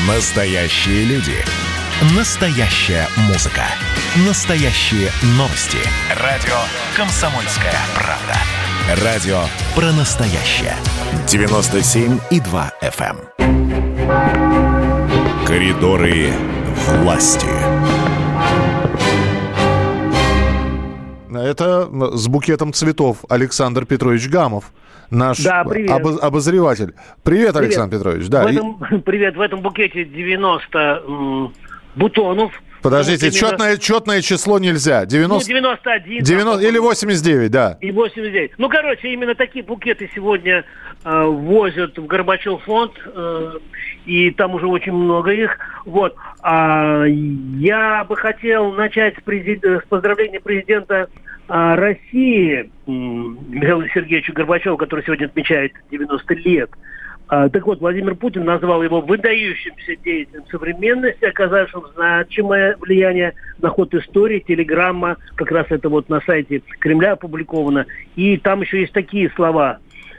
Настоящие люди. Настоящая музыка. Настоящие новости. Радио «Комсомольская правда». Радио про настоящее. 97,2 FM. Коридоры власти. Это с букетом цветов Александр Петрович Гамов, наш обозреватель. Привет, Александр Петрович. Да. Привет. В этом букете 90 бутонов. Подождите, четное число нельзя. 91. Или 89, да. И 89. Именно такие букеты сегодня возят в Горбачев фонд, и там уже очень много их. Вот. Я бы хотел начать с поздравления президента России Михаила Сергеевича Горбачева, который сегодня отмечает 90 лет. Так вот, Владимир Путин назвал его выдающимся деятелем современности, оказавшим значимое влияние на ход истории. Телеграмма, как раз это вот на сайте Кремля опубликована. И там еще есть такие слова,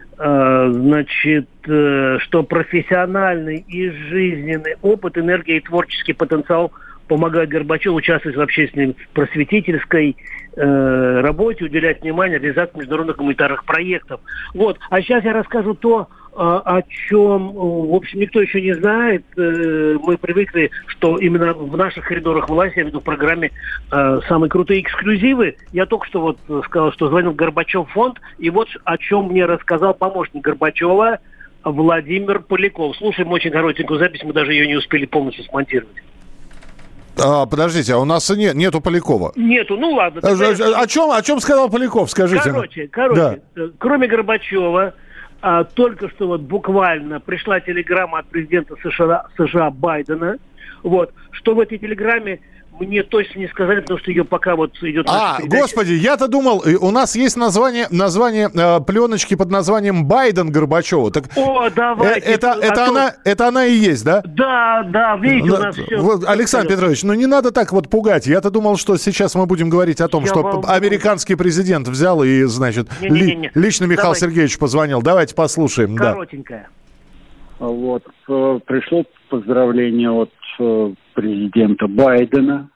что профессиональный и жизненный опыт, энергия и творческий потенциал помогают Горбачеву участвовать в общественной просветительской работе, уделять внимание реализации международных гуманитарных проектов. Вот. А сейчас я расскажу то, о чем, в общем, никто еще не знает. Мы привыкли, что именно в наших коридорах власти, я веду в программе самые крутые эксклюзивы. Я только что вот сказал, что звонил Горбачев фонд, и вот о чем мне рассказал помощник Горбачева Владимир Поляков. Слушаем очень коротенькую запись, мы даже ее не успели полностью смонтировать. Подождите, а у нас нету Полякова? Нету, ну ладно. О чем сказал Поляков, скажите? Короче, да. Кроме Горбачева, только что вот буквально пришла телеграмма от президента США Байдена, вот, что в этой телеграмме мне точно не сказали, потому что ее пока вот идет... Господи, я-то думал, у нас есть название пленочки под названием «Байден Горбачева». Так давайте. Это она и есть, да? Да, видите, у нас все... Вот, Александр Петрович, не надо так вот пугать. Я-то думал, что сейчас мы будем говорить о том, что американский президент взял и, значит, лично Михаилу Сергеевичу позвонил. Давайте послушаем. Коротенькое. Вот, пришло поздравление от президента Байдена.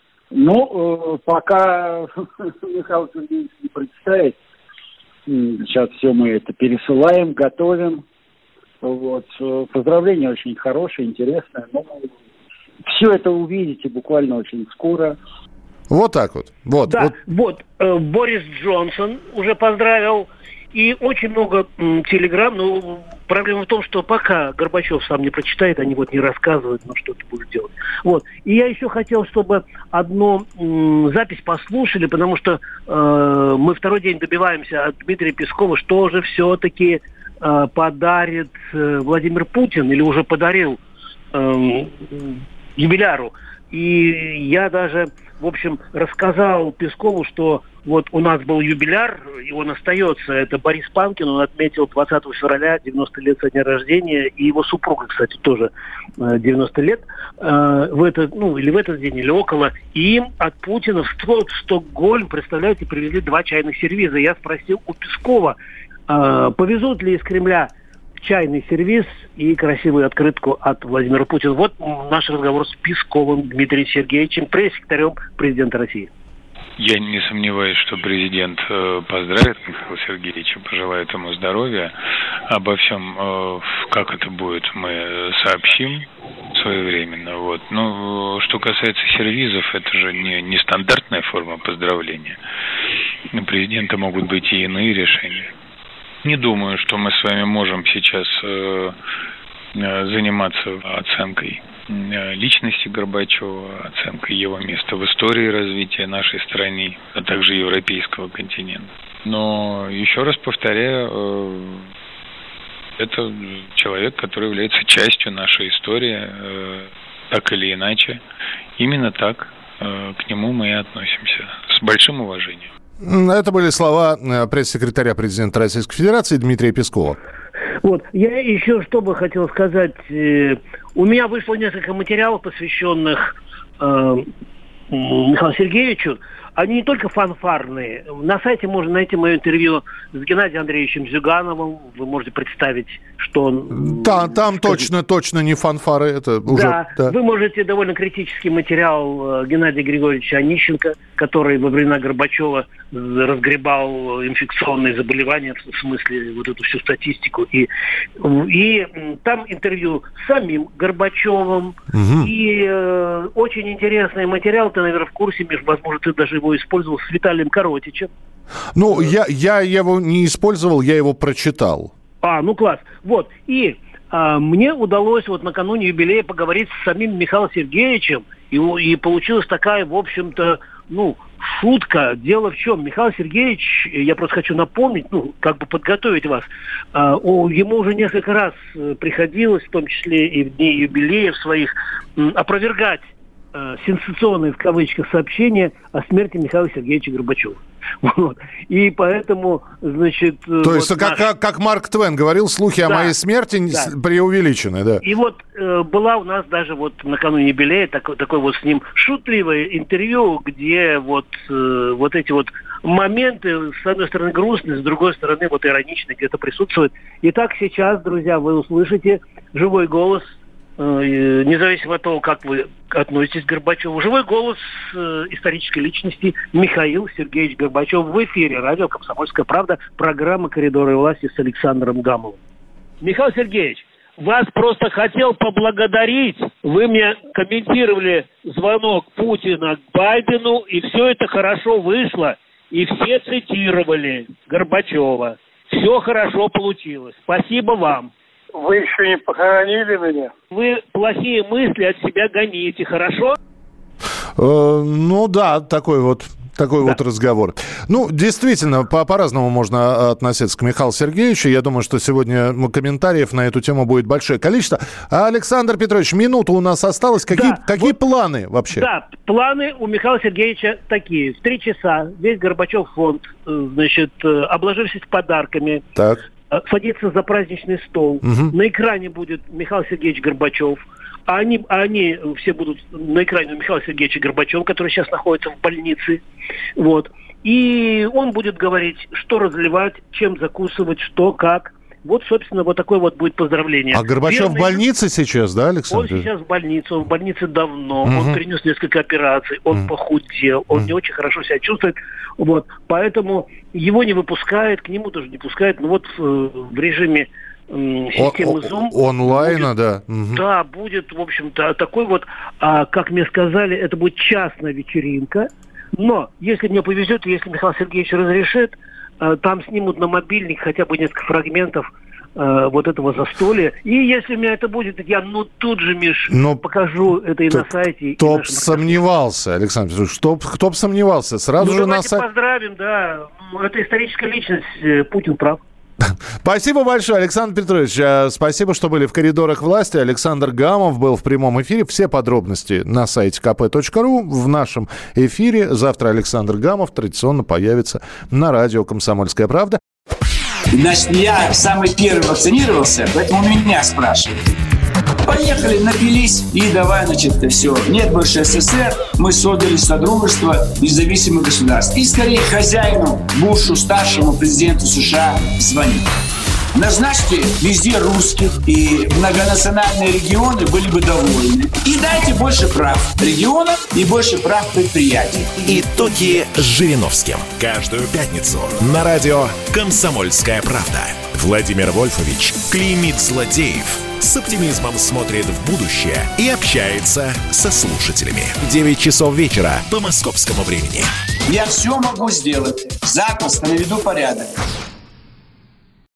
Пока Михаил Сергеевич не представит, сейчас все мы это пересылаем, готовим. Вот. Поздравление очень хорошее, интересное. Все это увидите буквально очень скоро. Вот так вот. Борис Джонсон уже поздравил. И очень много телеграмм, проблема в том, что пока Горбачев сам не прочитает, они вот не рассказывают, что-то будут делать. Вот. И я еще хотел, чтобы одну запись послушали, потому что мы второй день добиваемся от Дмитрия Пескова, что же все-таки подарит Владимир Путин, или уже подарил юбиляру. И я даже, в общем, рассказал Пескову, что вот у нас был юбиляр, и он остается. Это Борис Панкин, он отметил 20 февраля 90 лет со дня рождения, и его супруга, кстати, тоже 90 лет или в этот день, или около. И им от Путина в Стокгольм, представляете, привезли 2 чайных сервиза. Я спросил у Пескова, повезут ли из Кремля чайный сервиз и красивую открытку от Владимира Путина. Вот наш разговор с Песковым Дмитрием Сергеевичем, пресс-секретарем президента России. Я не сомневаюсь, что президент поздравит Михаила Сергеевича, пожелает ему здоровья. Обо всем, как это будет, мы сообщим своевременно. Вот. Что касается сервизов, это же не стандартная форма поздравления. У президента могут быть и иные решения. Не думаю, что мы с вами можем сейчас заниматься оценкой личности Горбачева, оценкой его места в истории развития нашей страны, а также европейского континента. Но еще раз повторяю, это человек, который является частью нашей истории, так или иначе. Именно так к нему мы и относимся, с большим уважением. Это были слова пресс-секретаря президента Российской Федерации Дмитрия Пескова. Вот, я еще что бы хотел сказать. У меня вышло несколько материалов, посвященных Михаилу Сергеевичу. они не только фанфарные. На сайте можно найти мое интервью с Геннадием Андреевичем Зюгановым. Вы можете представить, что он... Там точно не фанфары. Это уже, да, вы можете довольно критический материал Геннадия Григорьевича Онищенко, который во времена Горбачева разгребал инфекционные заболевания, в смысле вот эту всю статистику. И там интервью с самим Горбачевым. И очень интересный материал, ты, наверное, в курсе, Миш, возможно, ты даже его использовал, с Виталием Коротичем. Ну, я его не использовал, я его прочитал. Класс. Вот. И мне удалось вот накануне юбилея поговорить с самим Михаилом Сергеевичем, и получилась такая, в общем-то, шутка. Дело в чем? Михаил Сергеевич, я просто хочу напомнить, подготовить вас, ему уже несколько раз приходилось, в том числе и в дни юбилеев своих, опровергать сенсационные, в кавычках, сообщения о смерти Михаила Сергеевича Горбачева. Вот. И поэтому, значит... То есть, как Марк Твен говорил, слухи о моей смерти преувеличены, да? И вот была у нас даже вот накануне юбилея такое вот с ним шутливое интервью, где вот эти вот моменты, с одной стороны, грустные, с другой стороны, вот ироничные где-то присутствуют. Итак, сейчас, друзья, вы услышите живой голос, независимо от того, как вы относитесь к Горбачеву, живой голос исторической личности Михаил Сергеевич Горбачев в эфире радио «Комсомольская правда», программа «Коридоры власти» с Александром Гамовым. Михаил Сергеевич, вас просто хотел поблагодарить. Вы мне комментировали звонок Путина к Байдену, и все это хорошо вышло, и все цитировали Горбачева. Все хорошо получилось. Спасибо вам. Вы еще не похоронили меня? Вы плохие мысли от себя гоните, хорошо? Такой вот разговор. Действительно, по-разному можно относиться к Михаилу Сергеевичу. Я думаю, что сегодня комментариев на эту тему будет большое количество. Александр Петрович, минута у нас осталась. Какие планы вообще? Да, планы у Михаила Сергеевича такие. В 3 часа весь Горбачев фонд, обложившись подарками, садится за праздничный стол. На экране будет Михаил Сергеевич Горбачев. А они все будут на экране у Михаила Сергеевича Горбачева, который сейчас находится в больнице. Вот. И он будет говорить, что разливать, чем закусывать, что, как. Вот, собственно, вот такое вот будет поздравление. А Горбачев в больнице сейчас, да, Александр? Он сейчас в больнице, он в больнице давно, он перенес несколько операций, он похудел, он не очень хорошо себя чувствует. Вот. Поэтому его не выпускают, к нему тоже не пускают. В режиме системы Zoom. Онлайна, да. Да, будет, в общем-то, такой вот, как мне сказали, это будет частная вечеринка. Но, если мне повезет, если Михаил Сергеевич разрешит, там снимут на мобильник хотя бы несколько фрагментов вот этого застолья. И если у меня это будет, я тут же, Миш, покажу это и на сайте. Кто б сомневался, Александр Петрович, кто б сомневался. Сразу же на сайте. Поздравим, да. Это историческая личность, Путин прав. Спасибо большое, Александр Петрович. Спасибо, что были в коридорах власти. Александр Гамов был в прямом эфире. Все подробности на сайте kp.ru. В нашем эфире завтра Александр Гамов традиционно появится на радио «Комсомольская правда». Значит, я самый первый вакцинировался, поэтому меня спрашивают. Поехали, напились и давай, все. Нет больше СССР, мы создали Содружество независимых государств. И скорее хозяину Бушу, старшему президенту США, звонить. Назначьте везде русских, и многонациональные регионы были бы довольны. И дайте больше прав регионам и больше прав предприятий. Итоги с Жириновским. Каждую пятницу на радио «Комсомольская правда». Владимир Вольфович клеймит злодеев, с оптимизмом смотрит в будущее и общается со слушателями. 9 часов вечера по московскому времени. Я все могу сделать. Запросто наведу порядок.